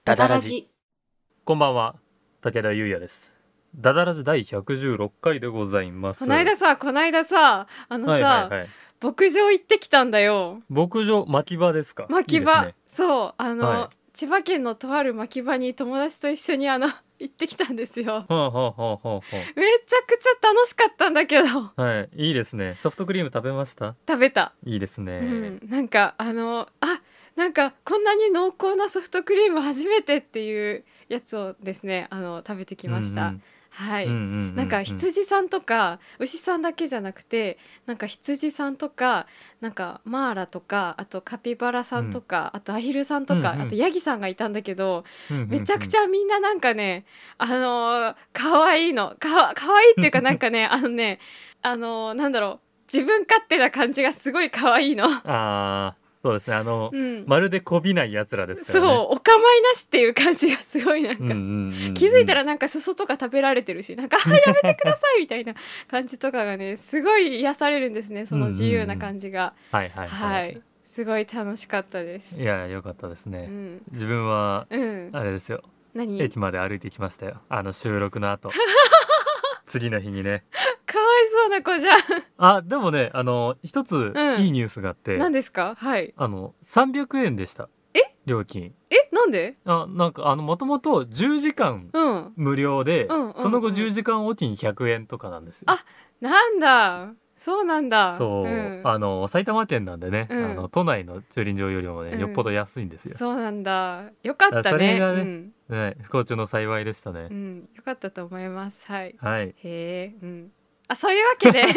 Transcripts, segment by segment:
ダダラジ。 こんばんは、武田優也です。ダダラジ第116回でございます。 こないださはいはいはい、 牧場行ってきたんだよ。 牧場、牧場ですか？ 牧場、 いいですね。 そうはい、 千葉県のとある牧場に友達と一緒に行ってきたんですよ。 はあはあはあはあはめちゃくちゃ楽しかったんだけどあ、はい、いいですね。ソフトクリーム食べました？ 食べた。 いいですね。 なんかこんなに濃厚なソフトクリーム初めてっていうやつをですね食べてきました。はい、なんか羊さんとか牛さんだけじゃなくて、なんか羊さんとかなんかマーラとか、あとカピバラさんとか、あとアヒルさんとか、あとヤギさんがいたんだけど、めちゃくちゃみんななんかね可愛いの、可愛いっていうかなんかねなんだろう、自分勝手な感じがすごい可愛いの。 あー、そうですね。 うん、 まるでこびないやつらですからね。 そう、お構いなしっていう感じがすごいなんか、気づいたらなんか裾とか食べられてるし、なんかやめてくださいみたいな感じとかがね、すごい癒されるんですね、その自由な感じが。 はいはいはい、 はい、すごい楽しかったです。 いや、良かったですね。 うん、 自分は、 うん、 あれですよ。 何？ 駅まで歩いてきましたよ。収録の後。次の日にね。 かわいそうな子じゃん。 あ、でもね、一つうん、 いいニュースがあって、 何ですか？はい。 300円でした。 え料金。 なんで？ なんかもともと10時間うん、 無料で、 うんうんうん、 その後10時間おきに100円とかなんですよ。 あ、なんだ、そうなんだ。 そう、 うん、 埼玉県なんでね、 うん、 都内の駐輪場よりもね、 うん、 よっぽど安いんですよ。 そうなんだ。よかったそれね。 がね、 うん、 不幸中の幸いでしたね。 うん、よかったと思います。はい。 はい。 へえ、うん。そういうわけで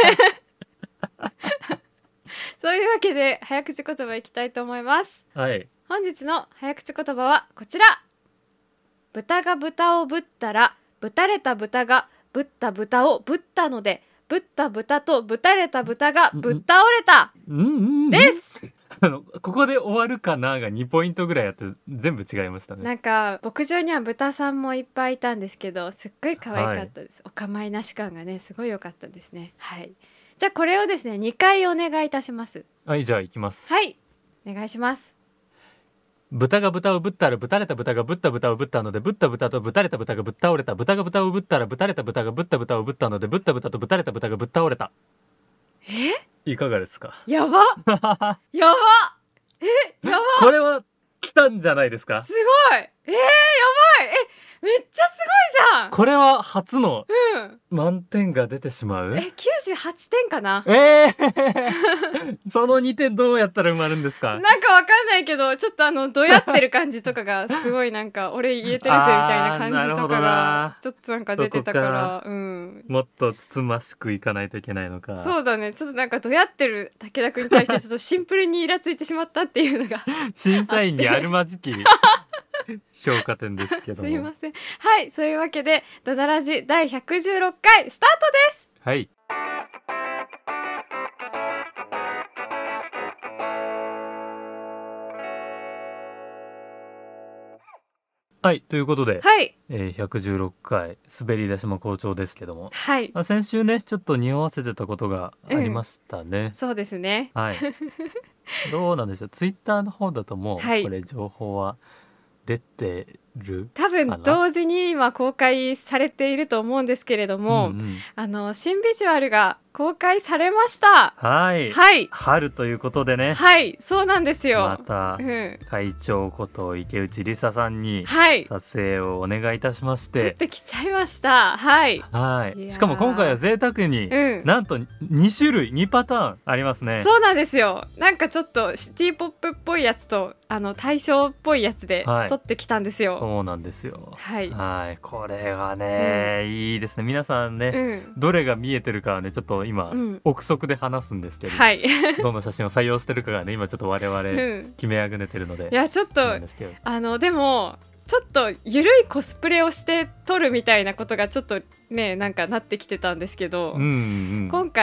そういうわけで早口言葉いきたいと思います。 はい。 本日の早口言葉はこちら。豚が豚をぶったら、ぶたれた豚がぶった豚をぶったので、ぶった豚とぶたれた豚がぶっ倒れたです。 ここで終わるかなが2ポイントぐらいあって全部違いましたね。 なんか牧場には豚さんもいっぱいいたんですけど、すっごい可愛かったです。お構いなし感がね、すごい良かったですね。はい。じゃあこれをですね、2回お願いいたします。 はい、じゃあ行きます。 はい、お願いします。 豚が豚をぶったら、ぶたれた豚がぶった豚をぶったので、ぶった豚とぶたれた豚がぶっ倒れた。豚が豚をぶったら、ぶたれた豚がぶった豚をぶったので、ぶった豚とぶたれた豚がぶっ倒れた。いかがですか？ やばやばやばこれは来たんじゃないですか？ すごい。やばい。めっちゃすごいじゃん。 これは初のうん。 満点が出てしまう。 98点かな。 その2点どうやったら埋まるんですか？ なんかわかんないけど、ちょっとどやってる感じとかがすごいなんか俺言えてるぜみたいな感じとかがちょっとなんか出てたから、うん。 もっとつつましくいかないといけないのか。 そうだね、ちょっとなんかどやってる武田くんに対してちょっとシンプルにイラついてしまったっていうのが審査員にあるまじき評価点ですけども。 すいません。はい、そういうわけでダダラジ第116回スタートです。 はい。はい、ということで、 はい、 116回滑り出しも好調ですけども、 はい、 先週ねちょっと匂わせてたことがありましたね。 そうですね。 はい。どうなんでしょう。ツイッターの方だともう、 はい、 これ情報は出てる多分同時に今公開されていると思うんですけれども、新ビジュアルが公開されました。 はい、 はい、 春ということでね。 はい、そうなんですよ。 また、会長こと池内梨沙さんに撮影をお願いいたしまして、 撮ってきちゃいました。はい、 はい。しかも今回は贅沢に、なんと2種類2パターンありますね。 そうなんですよ。なんかちょっとシティポップっぽいやつと大正っぽいやつで撮ってきたんですよ。 そうなんですよ。 はい、 はい、これがね、いいですね。皆さんね、どれが見えてるかはねちょっと今、憶測で話すんですけど、 はい、 どの写真を採用してるかがね今ちょっと我々決めあぐねてるので、 いやちょっとでもちょっとゆるいコスプレをして撮るみたいなことがちょっとねなんかなってきてたんですけど、今回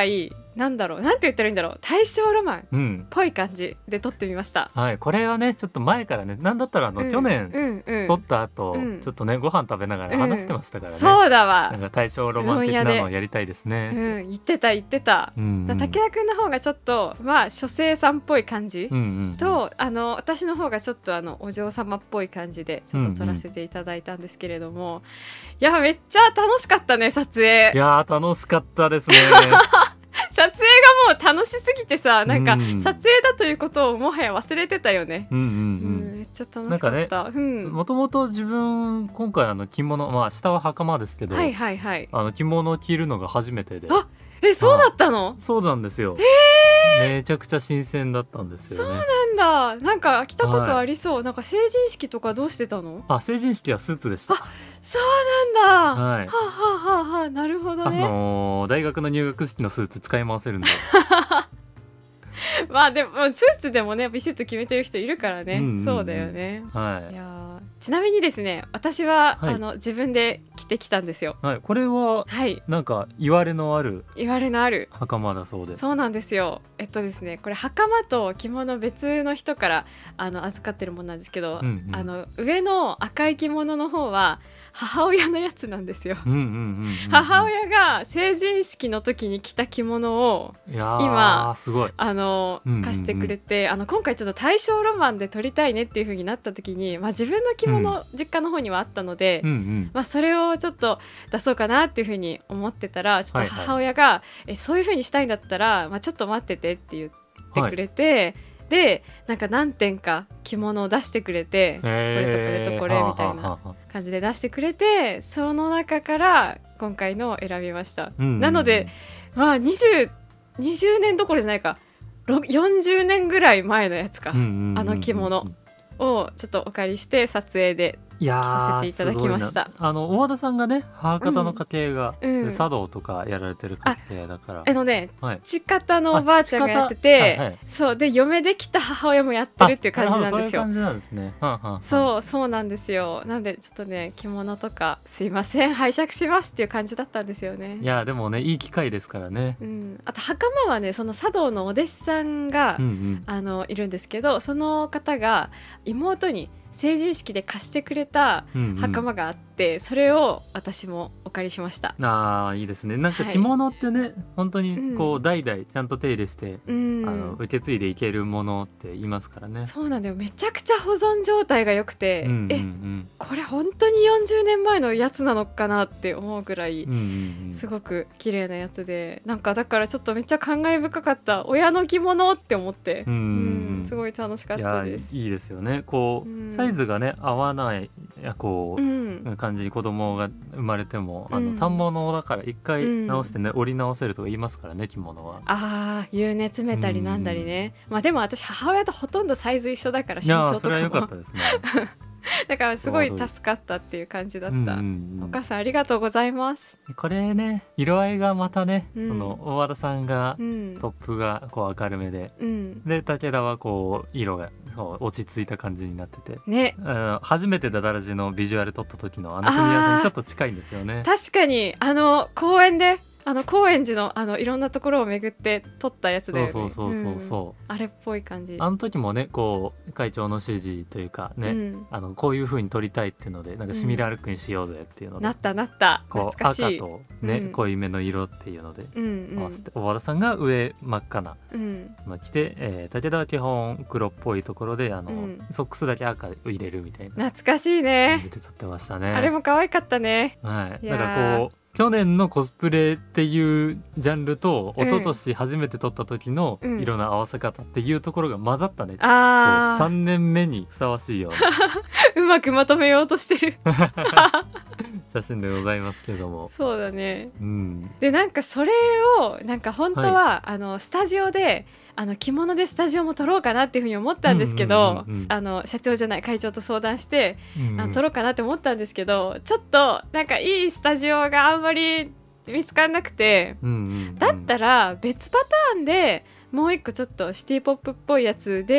なんだろう、なんて言ったらいいんだろう、大正ロマンっうんぽい感じで撮ってみました。 はい、これはねちょっと前からね、なんだったら去年撮った後、ちょっとねご飯食べながら話してましたからね、 そうだわ、 なんか大正ロマン的なのをやりたいですね。 言ってた、武田くんの方がちょっとまあ書生さんっぽい感じ、と私の方がちょっとお嬢様っぽい感じでちょっと撮らせていただいたんですけれども、いやめっちゃ楽しかったね、撮影。 いや楽しかったですね撮影がもう楽しすぎてさ、なんか撮影だということをもはや忘れてたよね。めっちゃ楽しかった。 もともと自分今回着物、まあ下は袴ですけど、着物を着るのが初めてで。 そうだったの？ そうなんですよ。めちゃくちゃ新鮮だったんですよね。 そうなんだ。なんか着たことありそう。なんか成人式とかどうしてたの？ 成人式はスーツでした。 そうなんだ。 はい。 はなるほどね。 大学の入学式のスーツ使い回せるんで。 まあでもスーツでもねビシッと決めてる人いるからね、そうだよね。いやちなみにですね、私は、自分で着てきたんですよ。 これは、なんか言われのある袴だそうで。 そうなんですよ。ですね、これ袴と着物別の人から預かってるものなんですけど、上の赤い着物の方は母親のやつなんですよ。母親が成人式の時に着た着物を今すごい貸してくれて、今回ちょっと大正ロマンで撮りたいねっていう風になった時に、自分の着物、実家の方にはあったので、それをちょっと出そうかなっていう風に思ってたら、ちょっと母親が、そういう風にしたいんだったら、ちょっと待っててって言ってくれて、でなんか何点か着物を出してくれて、これとこれとこれみたいな感じで出してくれて、その中から今回のを選びました。なので20年どころじゃないか、40年ぐらい前のやつか、着物をちょっとお借りして撮影で着させていただきました。 大和田さんがね母方の家系が、茶道とかやられてる家系だから、 父方のおばあちゃんがやってて、そうで嫁できた母親もやってるっていう感じなんですよ。 そういう感じなんですね。 そうなんですよ。なんでちょっとね着物とかすいません拝借しますっていう感じだったんですよね。 いやでもねいい機会ですからね。 あと袴はね、その茶道のお弟子さんが、いるんですけど、その方が妹に成人式で貸してくれた袴があって、それを私もお借りしました。 いいですね。なんか着物ってね、本当にこう代々ちゃんと手入れして、受け継いでいけるものって言いますからね。 そうなんだよ。めちゃくちゃ保存状態が良くて、これ本当に40年前のやつなのかなって思うぐらい、すごく綺麗なやつで、なんかだからちょっとめっちゃ感慨深かった。親の着物って思って、すごい楽しかったです。 いいですよね。こう、サイズがね合わない感じに子供が生まれても、反物だから一回直してね、折り直せるとか言いますからね、着物は。 湯ね詰めたりなんだりね。でも私母親とほとんどサイズ一緒だから、身長とかも。 それは良かったですね。 だからすごい助かったっていう感じだった。お母さんありがとうございます。 これね、色合いがまたね、その大和田さんが、トップがこう明るめで、で武田はこう色が落ち着いた感じになってて、初めてダダラジのビジュアル撮った時の組み合わせにちょっと近いんですよね。 確かに公園で高円寺のいろんなところを巡って撮ったやつだよね。そうあれっぽい感じ。 時もねこう会長の指示というかね、こういう風に撮りたいっていうので、なんかシミラルクにしようぜっていうので、 なった懐かしい。 赤とね、濃いめの色っていうので合わせて、大和田さんが上真っ赤なの着て、武田は基本黒っぽいところでソックスだけ赤を入れるみたいな懐かしいね。 感じで撮ってましたね。 あれも可愛かったね。 だからこう去年のコスプレっていうジャンルと一昨年初めて撮った時の色の合わせ方っていうところが混ざったね、3年目にふさわしいようまくまとめようとしてる写真でございますけども。 そうだね、でなんかそれをなんか本当は、スタジオで着物でスタジオも撮ろうかなっていうふうに思ったんですけど、社長じゃない会長と相談して、撮ろうかなって思ったんですけど、ちょっとなんかいいスタジオがあんまり見つからなくて、だったら別パターンでもう一個ちょっとシティポップっぽいやつで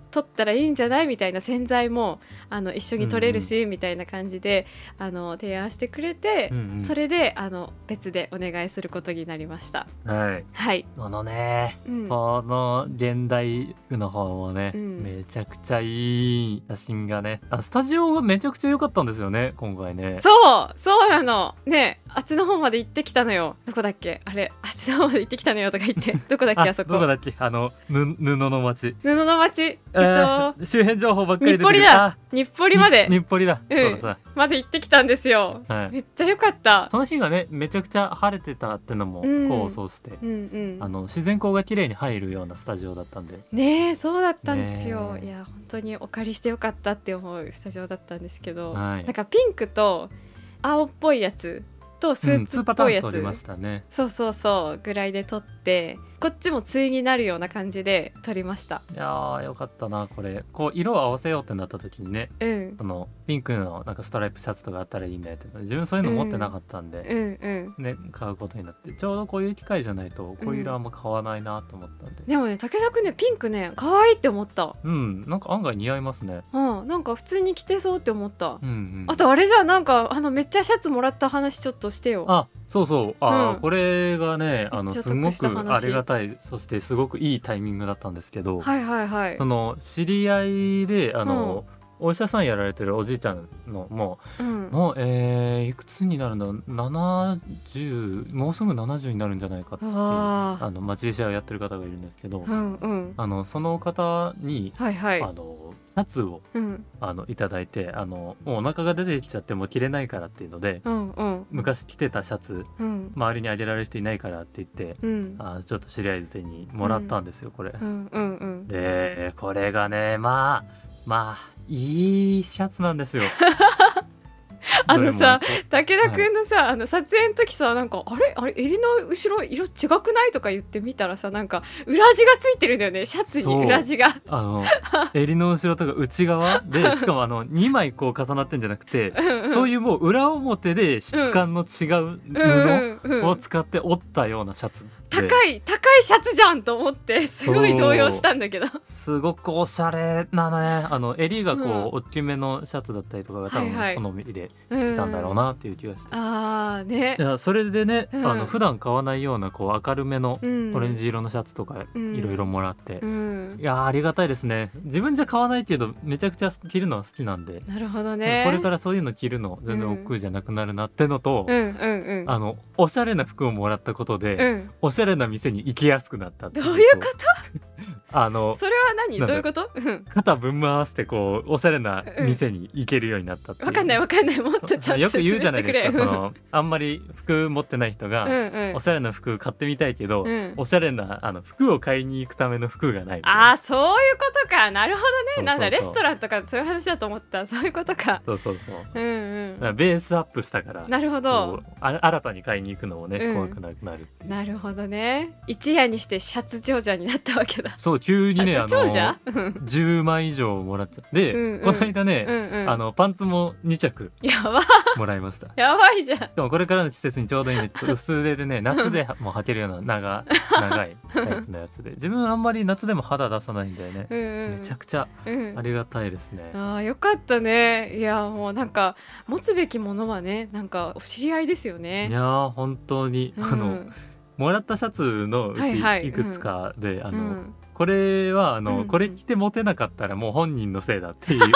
取ったらいいんじゃないみたいな、洗剤も一緒に取れるし、みたいな感じで提案してくれて、それで別でお願いすることになりました。 はい、 はい、 このね、この現代の方もね、めちゃくちゃいい写真がね、スタジオがめちゃくちゃ良かったんですよね今回ね。 そうなのね。あっちの方まで行ってきたのよ。どこだっけあれ、あっちの方まで行ってきたのよとか言ってどこだっけあそこ。 どこだっけ布の町。 周辺情報ばっかり出てくる。 日暮里まで。 日暮里だ、そうださまで行ってきたんですよ、めっちゃ良かった。 その日がねめちゃくちゃ晴れてたってのも功を奏して、自然光が綺麗に入るようなスタジオだったんでね。そうだったんですよ。いや本当にお借りしてよかったって思うスタジオだったんですけど、なんかピンクと青っぽいやつとスーツっぽいやつ、 2パターン撮りましたね。 そうぐらいで撮って、こっちも対になるような感じで撮りました。 いやーよかったな。これこう色を合わせようってなった時にね、そのピンクのなんかストライプシャツとかあったらいいねって、自分そういうの持ってなかったんで、ね、買うことになって、ちょうどこういう機会じゃないとこういう色あんま買わないなと思ったんで、 でもね武田くんねピンクね可愛いって思った。 なんか案外似合いますね。 なんか普通に着てそうって思った。あとあれじゃなんかめっちゃシャツもらった話ちょっとしてよ。 そうこれがねすごくありがたい、そしてすごくいいタイミングだったんですけど、その知り合いでお医者さんやられてるおじいちゃんのもう、いくつになるんだろう、70もうすぐ70になるんじゃないかっていう自転車をやってる方がいるんですけど、その方に、シャツを、いただいて、もうお腹が出てきちゃってもう着れないからっていうので、昔着てたシャツ、周りにあげられる人いないからって言って、ちょっと知り合い捨てにもらったんですよ、これ。でこれがねまあいいシャツなんですよ。 さ武田くんのさ、撮影の時さ、なんかあれ襟の後ろ色違くないとか言ってみたらさ、なんか裏地がついてるんだよね、シャツに裏地が。 襟の後ろとか内側で、しかも2枚こう重なってんじゃなくてそういうもう裏表で質感の違う布を使って折ったようなシャツ、 高いシャツじゃんと思ってすごい動揺したんだけど、 すごくおしゃれなね、襟がこう大きめのシャツだったりとかが多分好みでしてたんだろうなっていう気がして、いやそれでね、普段買わないようなこう明るめのオレンジ色のシャツとかいろいろもらって、いやありがたいですね。自分じゃ買わないけどめちゃくちゃ着るのは好きなんで。 なるほどね。 これからそういうの着るの全然億劫じゃなくなるなってのと、おしゃれな服をもらったことで、おしゃれな店に行きやすくなったっていう。 どういうことそれはどういうこと？ 肩ぶん回してこうおしゃれな店に行けるようになったっていう。 わかんないもっとちゃんとよく言うじゃないですか、あんまり服持ってない人がおしゃれな服買ってみたいけど、おしゃれな服を買いに行くための服がない。 そういうことか。なるほどね。なんだレストランとかそういう話だと思った。そういうことか。 そうベースアップしたから。 なるほど。 新たに買いに行くのもね、怖くなくなる。 なるほどね。一夜にしてシャツ長者になったわけだ。 そう急にね10枚以上もらっちゃって、この間ねパンツも2着もらいました。 やばいじゃん。 でもこれからの季節にちょうどいいね。ちょっと薄手でね夏でも履けるような長いタイプのやつで、自分あんまり夏でも肌出さないんだよね。めちゃくちゃありがたいですね。 よかったね。いやもうなんか持つべきものはね、なんかお知り合いですよね。 いや本当にもらったシャツのうちいくつかで、これはこれ着てモテなかったらもう本人のせいだって言ってる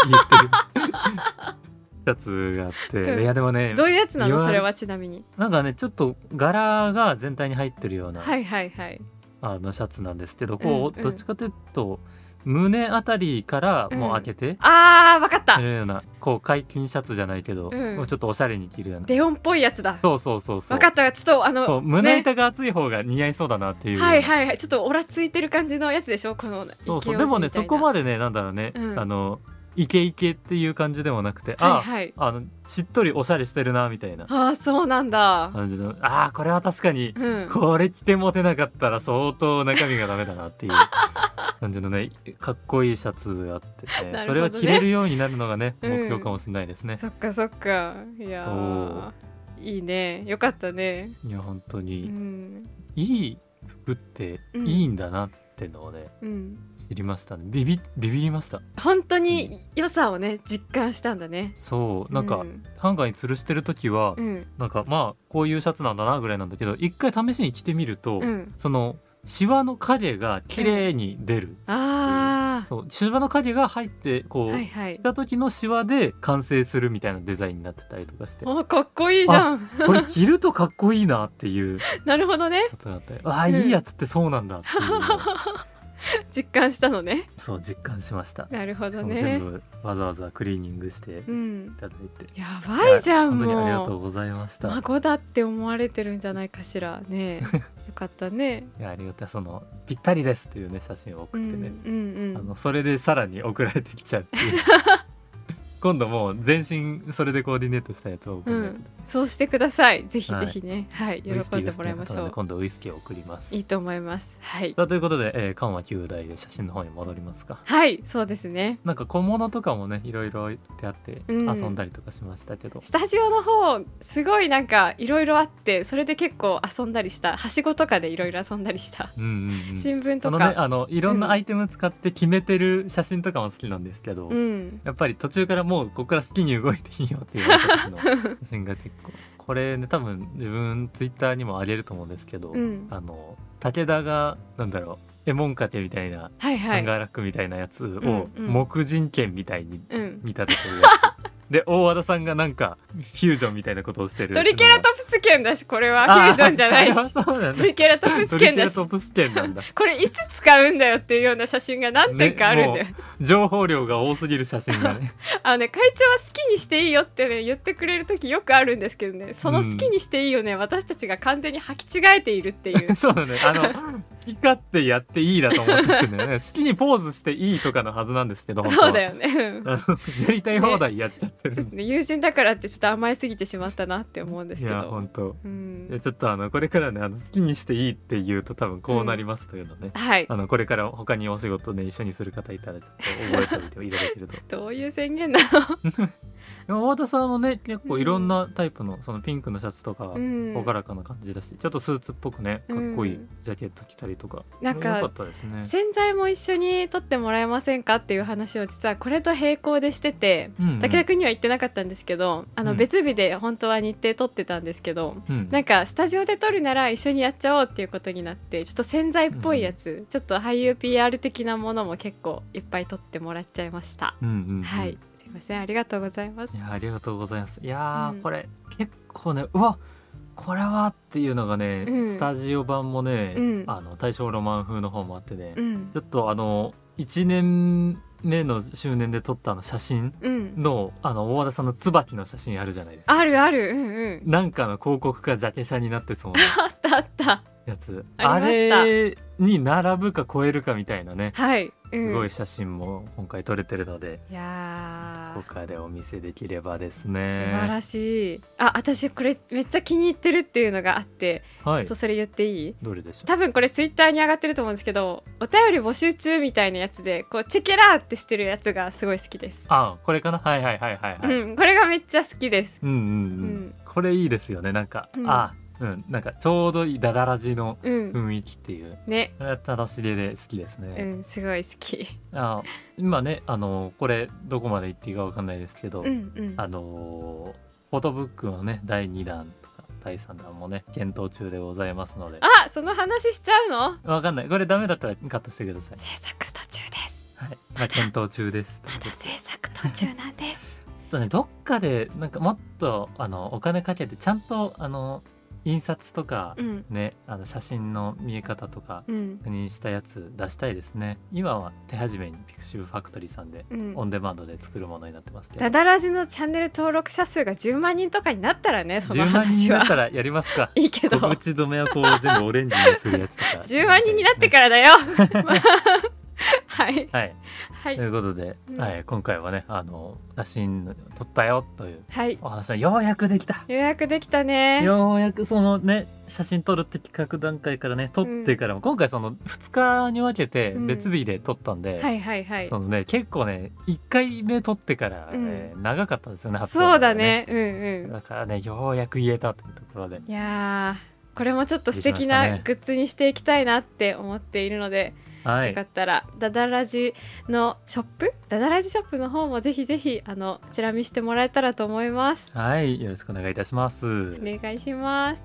シャツがあって、いやでもね、 どういうやつなのそれは。ちなみになんかねちょっと柄が全体に入ってるようなシャツなんですけど、こうどっちかというと胸あたりからもう開けて、 わかったようなこう解禁シャツじゃないけど、もうちょっとおしゃれに着るようなレオンっぽいやつだ。 そうわかった。ちょっと胸板が厚い方が似合いそうだなっていう。 ちょっとオラついてる感じのやつでしょ、この。 そうでもねそこまでねなんだろうね、イケイケっていう感じでもなくて、しっとりおしゃれしてるなみたいな。 そうなんだ。 感じのこれは確かに、これ着てモテなかったら相当中身がダメだなっていう感じのねかっこいいシャツがあってね、それは着れるようになるのがね、目標かもしれないですね。 そっかいやいいね、よかったね。 いや本当に、いい服っていいんだなっっていうのをね、 うん、 知りましたね。ビビりました。 本当に良さをね実感したんだね。 そうなんか、ハンガーに吊るしてる時は、なんかまあこういうシャツなんだなぐらいなんだけど、一回試しに着てみると、そのシワの影が綺麗に出る、そうシワの影が入ってこう、着た時のシワで完成するみたいなデザインになってたりとかして、 かっこいいじゃん。 これ着るとかっこいいなっていうなるほどね。 シャツがあって、いいやつってそうなんだっていうのを実感したのね。 そう実感しました。 なるほどね。 全部わざわざクリーニングしていただいて、 やばいじゃん。 本当にありがとうございました。 孫だって思われてるんじゃないかしらね。よかったね。 いやありがたい。そのぴったりですっていうね写真を送ってね、それでさらに送られてきちゃうっていう今度もう全身それでコーディネートしたやつを送る、 そうしてください。ぜひぜひね、喜んでもらいましょう。 今度ウイスキーを送ります。 いいと思います。はい。 ということで、緩和9代で写真の方に戻りますか。 はい、そうですね。 なんか小物とかもねいろいろ出会って遊んだりとかしましたけど、 スタジオの方すごいなんかいろいろあって、それで結構遊んだりした。はしごとかでいろいろ遊んだりした。新聞とかいろんなアイテム使って決めてる写真とかも好きなんですけど、やっぱり途中からもうここから好きに動いていいよっていう時の写真が結構これね多分自分ツイッターにもあげると思うんですけど、武田がなんだろうエモンかけみたいな、ハンガーラックみたいなやつを木人剣みたいに見立ててるやつ、で大和田さんがなんかフュージョンみたいなことをしてる。 トリケラトプス剣だし、これはフュージョンじゃないし、トリケラトプス剣だし、これいつ使うんだよっていうような写真が何点かあるんだよ、 情報量が多すぎる写真がね会長は好きにしていいよってね言ってくれる時よくあるんですけどね、その好きにしていいよね、私たちが完全に履き違えているっていうそうだね、好き勝手やっていいだと思ってるんだよね好きにポーズしていいとかのはずなんですけど、 そうだよねやりたい放題やっちゃってる、 ね、友人だからってちょっと甘えすぎてしまったなって思うんですけど、 いや本当、いやちょっとこれからね好きにしていいって言うと多分こうなりますというのね、これから他にお仕事ね一緒にする方いたらちょっと覚えておいていただけるとどういう宣言なの大田さんもね結構いろんなタイプのそのピンクのシャツとか朗らかな感じだし、ちょっとスーツっぽくねかっこいいジャケット着たりとか、 なんか良かったですね。 洗剤も一緒に取ってもらえませんかっていう話を実はこれと並行でしてて、武田君には言ってなかったんですけど、別日で本当は日程取ってたんですけど、なんかスタジオで撮るなら一緒にやっちゃおうっていうことになって、ちょっと洗剤っぽいやつ、ちょっと俳優 PR 的なものも結構いっぱい撮ってもらっちゃいました。はい、すいません、ありがとうございます。 いやありがとうございます。いや、これ結構ね、うわこれはっていうのがね、スタジオ版もね、大正ロマン風の方もあってね、ちょっと1年目の周年で撮った写真の、大和田さんの椿の写真あるじゃないですか。 あるある、 なんかの広告かジャケ写になってそうなあったあったやつ、 あれに並ぶか超えるかみたいなね、すごい写真も今回撮れてるので、 いや他でお見せできればですね。 素晴らしい。私これめっちゃ気に入ってるっていうのがあって、ちょっとそれ言っていい？ どれでしょう？ 多分これツイッターに上がってると思うんですけど、お便り募集中みたいなやつでこうチェケラーってしてるやつがすごい好きです。 これかな、はいはいはいはい、 これがめっちゃ好きです。 これいいですよね。なんか、なんかちょうどいいダダラジの雰囲気っていう、 ね、 楽しげで好きですね。 すごい好き。 今ねこれどこまで言っていいかわかんないですけど、フォトブックのね第2弾とか第3弾もね検討中でございますので。 その話しちゃうの？ わかんない。これダメだったらカットしてください。 制作途中です。 はい、検討中です。 まだ制作途中なんですどっかでなんかもっとお金かけてちゃんと印刷とかね、写真の見え方とかにしたやつ出したいですね。今は手始めにピクシブファクトリーさんでオンデマンドで作るものになってますけど、 ダダラジのチャンネル登録者数が10万人とかになったらね、その話は 10万人になったらやりますかいいけど、 小口止めをこう全部オレンジにするやつとか 10万人になってからだよはい、 はい、ということで、今回はね写真撮ったよというお話はようやくできた。 ようやくできたね。 ようやくそのね写真撮るって企画段階からね撮ってからも、今回その2日に分けて別日で撮ったんで、そのね結構ね1回目撮ってから、長かったですよね。 そうだね。 だからねようやく言えたというところで、 いやこれもちょっと素敵なグッズにしていきたいなって思っているので、 はい、 よかったらダダラジのショップ、ダダラジショップの方もぜひぜひチラ見してもらえたらと思います。 はい、よろしくお願いいたします。 お願いします。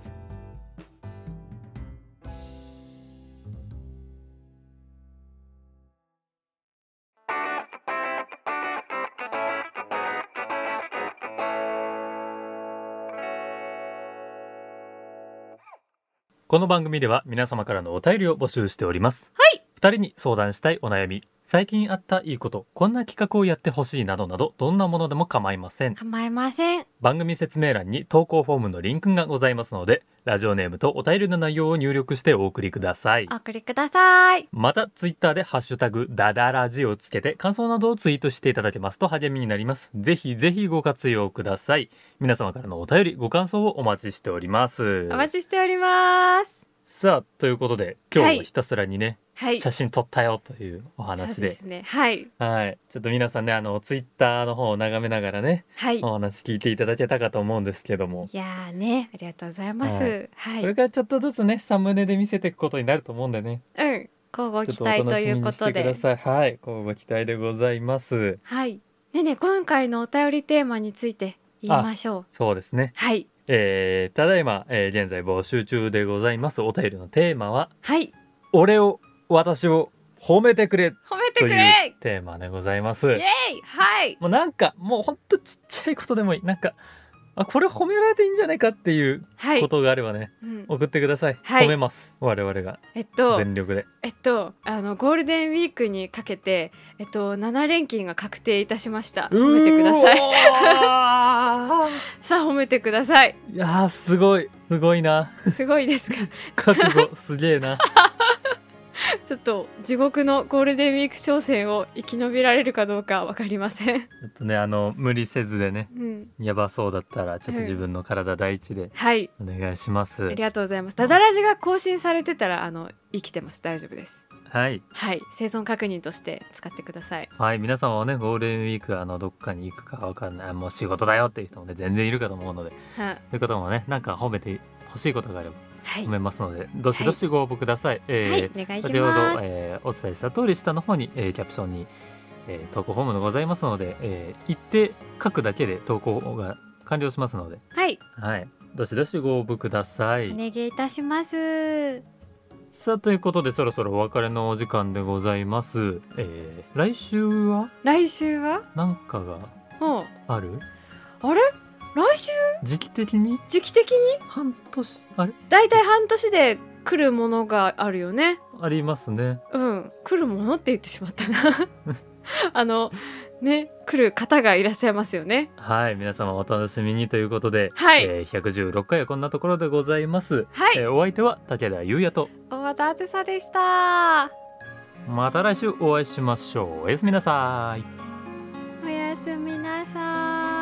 この番組では皆様からのお便りを募集しております。 はい、 2人に相談したいお悩み、最近あったいいこと、こんな企画をやってほしいなどなど、どんなものでも構いません。 構いません。 番組説明欄に投稿フォームのリンクがございますので、ラジオネームとお便りの内容を入力してお送りください。 お送りください。 またツイッターでハッシュタグダダラジをつけて感想などをツイートしていただけますと励みになります。ぜひぜひご活用ください。皆様からのお便りご感想をお待ちしております。 お待ちしております。 さあ、ということで今日はひたすらにね、 はい、 写真撮ったよというお話そうですね。はい、 はい、ちょっと皆さんねツイッターの方を眺めながらね、 はい、 お話聞いていただけたかと思うんですけども、 いやーね、ありがとうございます。はい、 これからちょっとずつねサムネで見せていくことになると思うんでね、 うん、交互ちょっとお期待と楽しみにいうことで、 してください。はい、交互期待でございます。 はい、ねね、今回のお便りテーマについて言いましょう。 そうですね、 はい、 ただいま、現在募集中でございます。お便りのテーマははい、 俺を私を褒めてくれ褒めてというくれテーマでございます。 イエーイ、はい、 もうなんかもうほんとちっちゃいことでもいい、なんかこれ褒められていいんじゃないかっていうはい、 ことがあればね、 うん、 送ってください。 はい褒めます我々が全力で。 ゴールデンウィークにかけて7連勤が確定いたしました。褒めてください。さあ褒めてください。 いやーすごいな。 すごいですか。 覚悟すげえな。 ちょっと地獄のゴールデンウィーク商戦を生き延びられるかどうかわかりません。 ちょっとね無理せずでね、 うん、 やばそうだったらちょっと自分の体第一ではい、 お願いします。 ありがとうございます。ダダラジが更新されてたら生きてます。大丈夫です。 はいはい、生存確認として使ってください。 はい、皆様はねゴールデンウィークどこかに行くかわかんない、もう仕事だよっていう人もね全然いるかと思うので、 はそういう方もねなんか褒めてほしいことがあればはい、 褒めますので、どしどしご応募ください。 はい、お願いし先ほど、 ます。 お伝えした通り下の方に、キャプションに、投稿フォームがございますので、行って書くだけで投稿が完了しますので、 はい、 はい、どしどしご応募ください。 お願いいたします。 さあということでそろそろお別れのお時間でございます。来週は何かがうん、 ある？ あれ来週時期的に時期的に半年あれだいたい半年で来るものがあるよね。 ありますね。 うん、来るものって言ってしまったな。ね、来る方がいらっしゃいますよね。 はい、皆様お楽しみにということで、 はい 116回はこんなところでございます。 はい、 お相手は武田優也と大和田あずさでした。 また来週お会いしましょう。おやすみなさい。 おやすみなさい。